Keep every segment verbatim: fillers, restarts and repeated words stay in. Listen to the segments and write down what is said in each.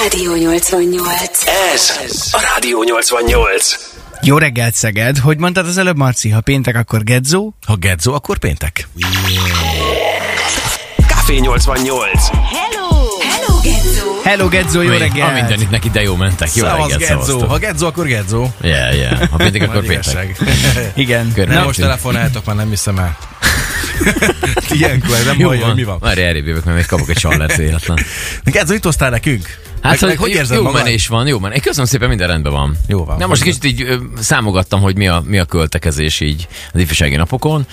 Rádió nyolcvannyolc. Ez a Rádió nyolcvannyolc. Jó reggelt, Szeged! Hogy mondtad az előbb, Marci? Ha péntek, akkor gedzó? Ha gedzó, akkor péntek. Café nyolcvannyolc. Hello! Hello, gedzó! Hello, gedzó, jó reggelt! Ha mindenit neki, de jó mentek. Jó Szavasz, reggelt, gedzó. szavaztok. Ha gedzó, akkor gedzó. Yeah, yeah. Ha péntek, akkor péntek. Igen. Nem most telefonáltok, már nem hiszem el. Ilyenkor nem Jó hallja, van. mi van. Várj, errébb jövök, mert még kapok egy csallert véletlen. Gedzó, itt hoztál nekünk? Hát, meg, hogy, meg, hogy érzed jó magad? menés van, jó menés. Köszönöm szépen, minden rendben van. Jó van. Na most kicsit így ö, számogattam, hogy mi a, mi a költekezés így az ifjúsági napokon.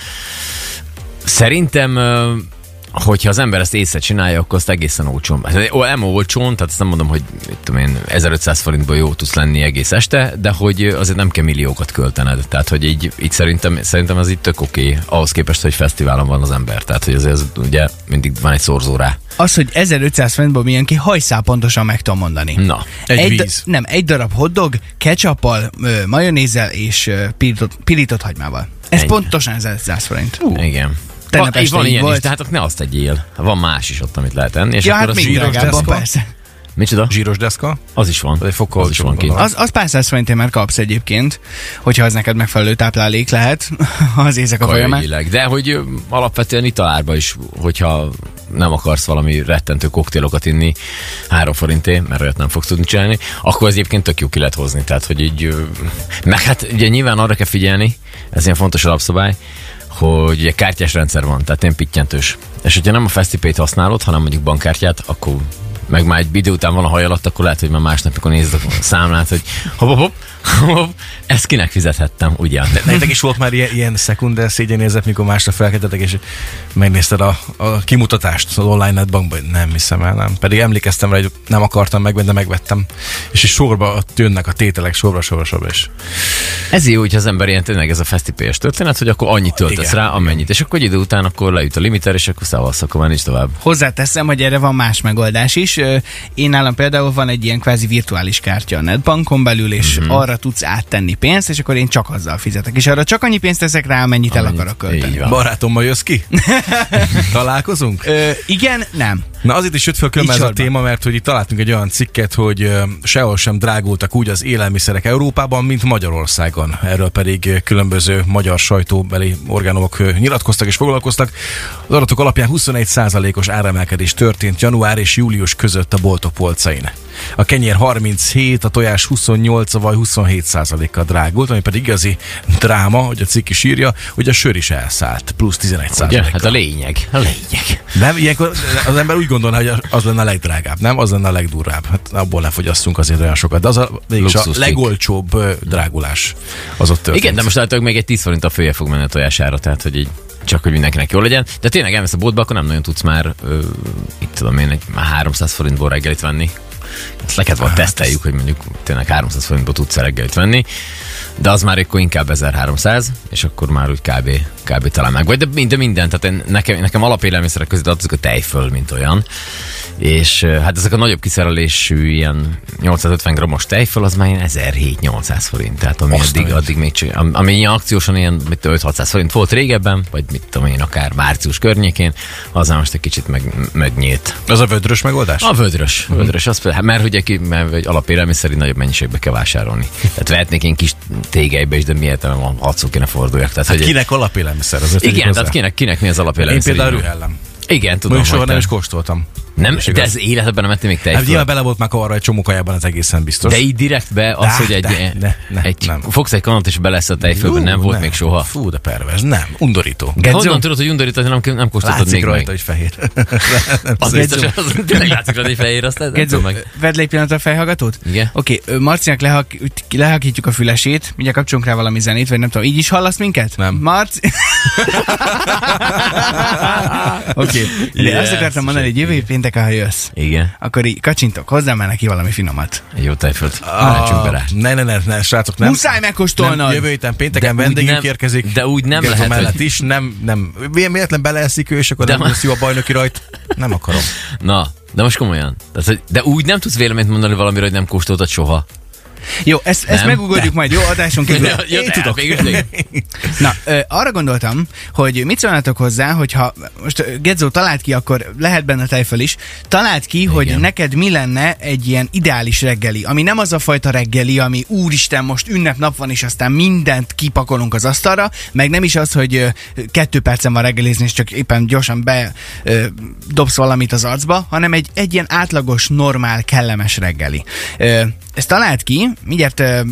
Szerintem... Ö, hogyha az ember ezt észre csinálja, akkor azt egészen olcsón. Hát, nem olcsón, tehát azt nem mondom, hogy mit tudom én, ezerötszáz forintból jó tudsz lenni egész este, de hogy azért nem kell milliókat költened. Tehát, hogy így, így szerintem, szerintem ez így tök oké, okay, ahhoz képest, hogy fesztiválon van az ember. Tehát, hogy azért ez, ugye mindig van egy szorzó rá. Az, hogy ezerötszáz forintból milyen ki, hajszál pontosan meg tudom mondani. Na. Egy, egy víz. Da- nem, egy darab hotdog, ketchuppal, ö, majonézzel és ö, pirított, pirított hagymával. Ez Ennyi. pontosan ezerötszáz forint. Uh. Igen. Tegnap Van, este van így ilyen volt. is, tehát ott ne azt tegyél. Van más is ott, amit lehet enni. És Ja, akkor hát az még zsíros drágábban, deszka? persze. Micsoda? Zsíros deszka? Az is van. Az egy fokkal Az is van olcsóbb, kint. gondolom. Az, az pár száz forintért már kapsz egyébként, hogyha az neked megfelelő táplálék lehet az éjszaka folyamán. Kajagileg. De hogy ö, alapvetően italárba is, hogyha nem akarsz valami rettentő koktélokat inni három forintért, mert olyat nem fogsz tudni csinálni, akkor az egyébként tök jó ki lehet hozni. Tehát, hogy így, ö, meg hát ugye nyilván arra kell figyelni, ez ilyen fontos alapszabály, hogy ugye kártyás rendszer van, tehát ilyen pittyentős. És hogyha nem a FestiPay-t használod, hanem mondjuk bankkártyát, akkor meg már egy idő után van a haj alatt, akkor lehet, hogy már másnap, amikor nézed a számlát, hogy hop, hop, hop, hop, ezt kinek fizethettem, ugyan. De nektek is volt már ilyen, ilyen szekunder szégyenérzet, mikor másra felkeltetek, és megnézted a, a kimutatást az online netbankban, hogy nem hiszem el, nem. Pedig emlékeztem rá, hogy nem akartam megvenni, de megvettem. És is sorba ott jönnek a tételek, sorba, sorba, sorba, és Ez jó, hogy az ember ilyen tényleg ez a FestiPay-es történet, hogy akkor annyit töltesz Igen, rá, amennyit, és akkor egy idő után akkor leüt a limiter, és akkor szavasz, akkor már nincs tovább. Hozzáteszem, hogy erre van más megoldás is. Ö, Én nálam például van egy ilyen kvázi virtuális kártya a netbankon belül, és Mhm. arra tudsz áttenni pénzt, és akkor én csak azzal fizetek. És arra csak annyi pénzt teszek rá, amennyit el Amennyit- akarok költeni. így van. barátommal jössz ki? Találkozunk? Ö, igen, nem. Na azért is jött fel különben Így ez a sorban. téma, mert hogy itt találtunk egy olyan cikket, hogy ö, sehol sem drágultak úgy az élelmiszerek Európában, mint Magyarországon. Erről pedig ö, különböző magyar sajtóbeli orgánumok ö, nyilatkoztak és foglalkoztak. Az adatok alapján huszonegy százalékos áremelkedés történt január és július között a boltok polcain. A kenyér harminchét, a tojás huszonnyolc, a vaj huszonhét százalékkal drágult, ami pedig igazi dráma, hogy a cikk is írja, hogy a sör is elszállt, plusz tizenegy Ugye? százalékkal. Hát a lényeg, a lényeg. Nem, ilyenkor az ember úgy gondolná, hogy az lenne a legdrágább, nem? Az lenne a legdurvább. Hát abból lefogyasztunk azért olyan sokat. De az a, mégis a Luxuscikk. legolcsóbb ö, drágulás az ott történt. Igen, de most látod, még egy tíz forint a fője fog menni a tojására, tehát hogy így csak hogy mindenkinek jó legyen. De tényleg elmész a boltba, akkor nem nagyon tudsz már, ö, itt tudom én, egy, már háromszáz forintból reggelit venni. Ezt le kellett volna teszteljük, hogy mondjuk tényleg háromszáz forintból tudsz reggelit venni. De az már akkor inkább ezerháromszáz, és akkor már úgy kb. kb. Talán meg vagy. De minden, minden, tehát én, nekem, nekem alapélelmiszerek között tartozik a tejföl, mint olyan. És hát ezek a nagyobb kiszerelésű ilyen nyolcszázötven grammos tejföl, az már ilyen ezerhétszáz-nyolcszáz forint. Tehát ami Azt addig, a addig még csak, ami ilyen akciósan ilyen öt-hatszáz forint volt régebben, vagy mit tudom én, akár március környékén, az már most egy kicsit meg, megnyílt. Az a vödrös megoldás? A vödrös, uh-huh. vödrös, az, hát mert ugye ki, mert egy alapélelmiszer nagyobb mennyiségbe kell vásárolni. Tehát vehetnék én kis tégelybe is, de mi értelme van, hatszor kéne forduljak. Tehát, Hát hogy kinek alapélelmiszer? Azért tegyük igen, hozzá. tehát kinek, kinek mi az Én alapélelmiszer? például így van. rühellem. Igen, tudom, Mondjuk soha hogy nem te- is kóstoltam. nem, És de igaz. ez életedben nem ettél még Hát tejföl. nyilván bele volt már kavarva egy csomó kajában, az egészen biztos. De így direktbe az, De, hogy egy, de, de, ne, egy nem. fogsz egy kanat és belesz a tejfölbe, Ú, nem volt még soha. Fú, de pervers. Nem, undorító. De honnan tudod, hogy undorítani, nem, nem kóstoltad Látszik még rajta, meg? hogy fehér. Az biztos, az tényleg látszik rajta, hogy fehér, azt nem Gedzó, tudom meg. vedd le egy pillanatra a fejhallgatót? Igen. Oké, okay, Marcinak lehak, lehakítjuk a fülesét, mindjárt kapcsolunk rá valami zenét, vagy nem tudom, így is hallasz minket? Nem. Marci... Oké, okay. Yes, Azt akartam mondani, hogy jövő péntek, ha jössz, Igen, akkor így kacsintok hozzá, már neki valami finomat. egy jó tejfölt. Rácsunk bele. Ne, ne, ne, ne, srácok, nem. Muszáj megkóstolnod! Nem, jövő héten pénteken De úgy vendégünk nem- érkezik. de úgy nem Gedzó lehet, mellett hogy- is, nem, nem. Véletlen beleeszik ő, és akkor De nem ma- lesz jó a bajnoki rajt. Nem akarom. Na, de most komolyan. Tehát, hogy- de úgy nem tudsz véleményt mondani valamiről, hogy nem kóstoltad soha. Jó, ezt, ezt megugorjuk majd, jó, adáson kívül. Én tudok. Na, ö, arra gondoltam, hogy mit szólnátok hozzá, hogyha most Gedzó talált ki, akkor lehet benne tejföl is, talált ki, igen, hogy neked mi lenne egy ilyen ideális reggeli, ami nem az a fajta reggeli, ami úristen, most ünnepnap van, és aztán mindent kipakolunk az asztalra, meg nem is az, hogy ö, kettő percen van reggelizni, és csak éppen gyorsan be ö, dobsz valamit az arcba, hanem egy, egy ilyen átlagos, normál, kellemes reggeli. Ö, ezt talált ki, mindjárt ö,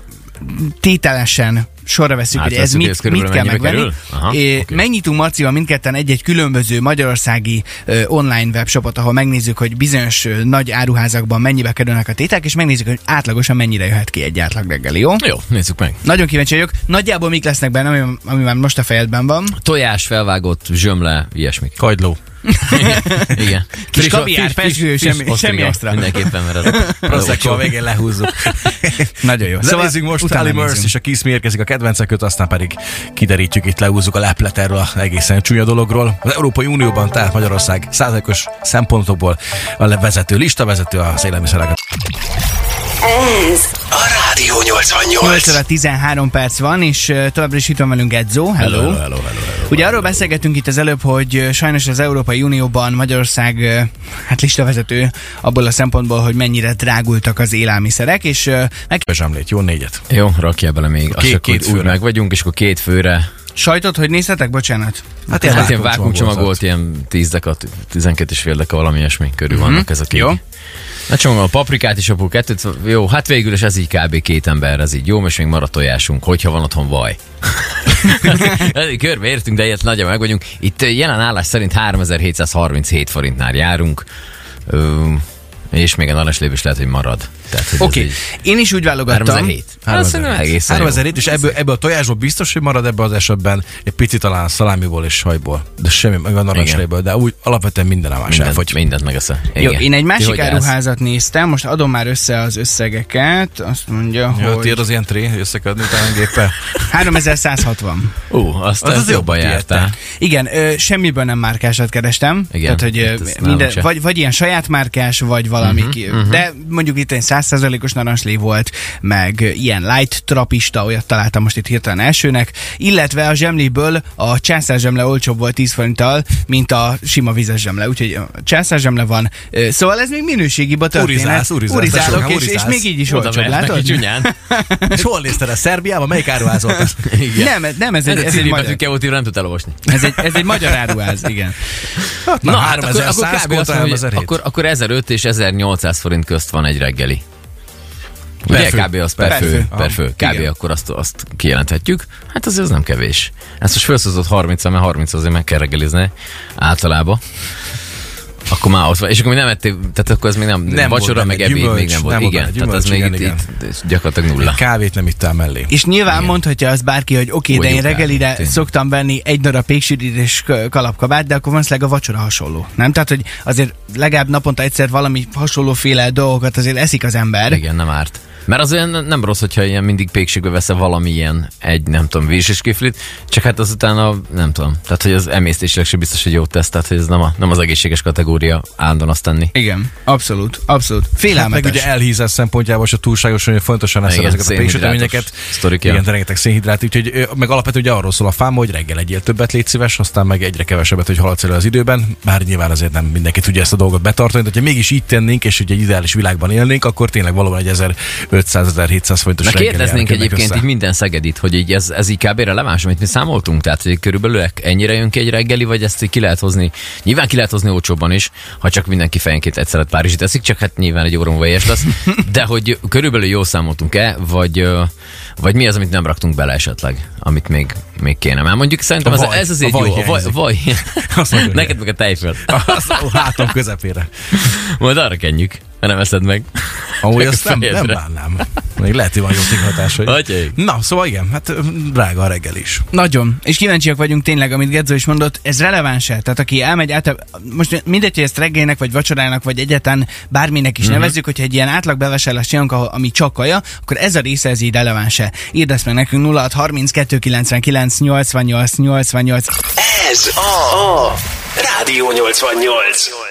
tételesen sorra veszük, hát hogy ez mit, mit kell megvenni. Aha, é, okay. Megnyitunk Marcival mindketten egy-egy különböző magyarországi ö, online webshopot, ahol megnézzük, hogy bizonyos ö, nagy áruházakban mennyibe kerülnek a tételek, és megnézzük, hogy átlagosan mennyire jöhet ki egy átlag reggeli, jó? Jó, nézzük meg. Nagyon kíváncsi vagyok. Nagyjából mik lesznek benne, ami, ami már most a fejedben van? Tojás, felvágott, zsömle, ilyesmik. Kagyló. Igen. Igen. Kis kaviár, feskő, semmi, semmi extra. Mindenképpen, mert az Prosecco a végén lehúzzuk. Nagyon jó. Szóval nézzük most Ali Merce és a Kiss Me érkezik a kedvencek köt, aztán pedig kiderítjük, itt lehúzzuk a leplet erről az egészen csúnya dologról. Az Európai Unióban, tehát Magyarország százalékos szempontokból a vezető, lista vezető az élelmiszereket. Ez a Rádió nyolcvannyolc. nyolc óra tizenhárom perc van, és uh, továbbra is itt van velünk Gedzó. Hello. Hello, hello, hello, hello. Ugye arról beszélgettünk itt az előbb, hogy uh, sajnos az Európai Unióban Magyarország uh, hát listavezető abból a szempontból, hogy mennyire drágultak az élelmiszerek, és uh, meg... Zsámlét, jó négyet. Jó, rakjál bele még. Két, Azt két úgy meg vagyunk, és akkor két főre. Sajtot, hogy nézhetek? Bocsánat. Hát ilyen, hát ilyen vákuumcsomagolt, ilyen tíz deka, tizenkét és fél deka, valami ilyesmi körül mm-hmm. vannak ez a két. Jó. Na csomagol a paprikát is, apul kettőt, jó, hát végül is ez így kb. Két ember, ez így jó, és még maradt tojásunk, hogyha van otthon vaj. Körbe értünk, de ilyet nagyon meg vagyunk. Itt jelen állás szerint háromezer-hétszázharminchét forintnál járunk, Ö, és még a narancsléb is lehet, hogy marad. Oké, okay. Én is úgy válogattam. háromezer-hét. háromezer-hét, és ebből, ebből a tojásból biztos, hogy marad ebben az esetben egy picit talán szalámiból és sajból, de semmi, meg a narancsléből, de úgy alapvetően minden a más elfogy. Mindent megeszel. Jó, én egy másik áruházat néztem, most adom már össze az összegeket, azt mondja, ja, hogy... Tiéd az ilyen tré, összekadni utána géppel. háromezer-százhatvan. Ú, uh, azt az, az jobban jártál. Igen, ö, semmiből nem márkásat kerestem. Igen. Tehát, hogy minden, vagy, vagy ilyen saját márkás, vagy valami. Uh-huh, uh-huh. De mondjuk itt egy száz százalékos narancslév volt, meg ilyen light trapista, olyat találtam most itt hirtelen elsőnek, illetve a zsemléből a császárzsemle olcsóbb volt tíz forinttal, mint a sima vizes zsemle, úgyhogy a császárzsemle van. Szóval ez még minőségibb történet. Urizálsz, urizálsz. Urizálok, és, és még így is olcsóbb, látod? És hol nézted a Szerbiában? Melyik áruház volt ez? Nem, nem, ez egy, ez egy magyar. Nem tudtál olvasni. Ez egy, ez egy magyar áruház, igen. Hát, na, na hát akkor, akkor, akkor, akkor, akkor ezerötszáz és ezernyolcszáz forint közt van egy reggeli. Ugye kb. Az per, per fő, fő. Per fő. Kb. Igen. Akkor azt, azt kijelenthetjük. Hát azért az nem kevés. Ezt most felszozott harminccal, mert harminc azért meg kell reggelizni általában. Akkor már ott van. És akkor még nem ettél, tehát akkor ez még nem, nem vacsora, meg ebéd még nem volt. Nem igen, tehát az még itt, itt gyakorlatilag nulla. Egy kávét nem ittál mellé. És nyilván igen. Mondhatja az bárki, hogy oké, okay, de én reggelire kávét, szoktam venni egy darab péksütit és kalapkabát, de akkor valószínűleg a vacsora hasonló. Nem? Tehát, hogy azért legalább naponta egyszer valami hasonlóféle dolgokat azért eszik az ember. Igen, nem árt. Mert az olyan nem rossz, hogyha ilyen mindig pékségbe veszel valamilyen egy, nem tudom, vízs kiflit, csak hát azután a, nem tudom, tehát hogy az emésztésileg sem biztos, hogy jót tesz, tehát hogy ez nem, a, nem az egészséges kategória állandóan azt tenni. Igen, abszolút, abszolút. Félelmetes. Hát meg ugye elhízás szempontjából, hogy túlságosan, hogy fontosan eszed ezeket a péksüteményeket. Igen, rengeteg szénhidrát, úgyhogy meg alapvetően ugye arról szól a fáma, hogy reggel egyél többet, légy szíves, aztán meg egyre kevesebbet, hogy haladsz elő az időben. Bár nyilván azért nem mindenki tudja ezt a dolgot betartani, de ha mégis így tennénk, és ugye egy ideális világban élnénk, akkor tényleg valóban egy ezerötszáz-ezerhétszáz forintos reggel. Kérdeznénk egyébként így minden szegedit, hogy így ez, ez így kb. Releváns, amit mi számoltunk, tehát hogy körülbelül ennyire jön ki egy reggeli, vagy ezt így ki lehet hozni. Nyilván ki lehet hozni olcsóbban is, ha csak mindenki fejenként egyszerűen párizsit eszik, csak hát nyilván egy óra múlva éhes lesz. De hogy körülbelül jól számoltunk-e, vagy, vagy mi az, amit nem raktunk bele esetleg, amit még, még kéne. Már mondjuk szerintem ez, ez azért a jó. A vaj, vaj. Neked meg a tejföl. A hátam közepére. Majd arra kenjük, ha nem eszed meg. Amúgy azt nem, nem bánnám. Még lehet, hogy van jó hatás, hogy... Atyai. Na, szóval igen, hát drága a reggel is. Nagyon. És kíváncsiak vagyunk tényleg, amit Gedzó is mondott, ez releváns-e? Tehát aki elmegy át, most mindegy, hogy ezt reggelnek, vagy vacsorának, vagy egyáltalán bárminek is mm-hmm. nevezzük, hogyha egy ilyen átlag bevásárlást csinálunk, ami csak kaja, akkor ez a része ez így releváns-e? Írd ezt meg nekünk nulla hat harminckettő kilencvenkilenc nyolcvannyolc nyolcvannyolc. Ez a, a Rádió nyolcvannyolc.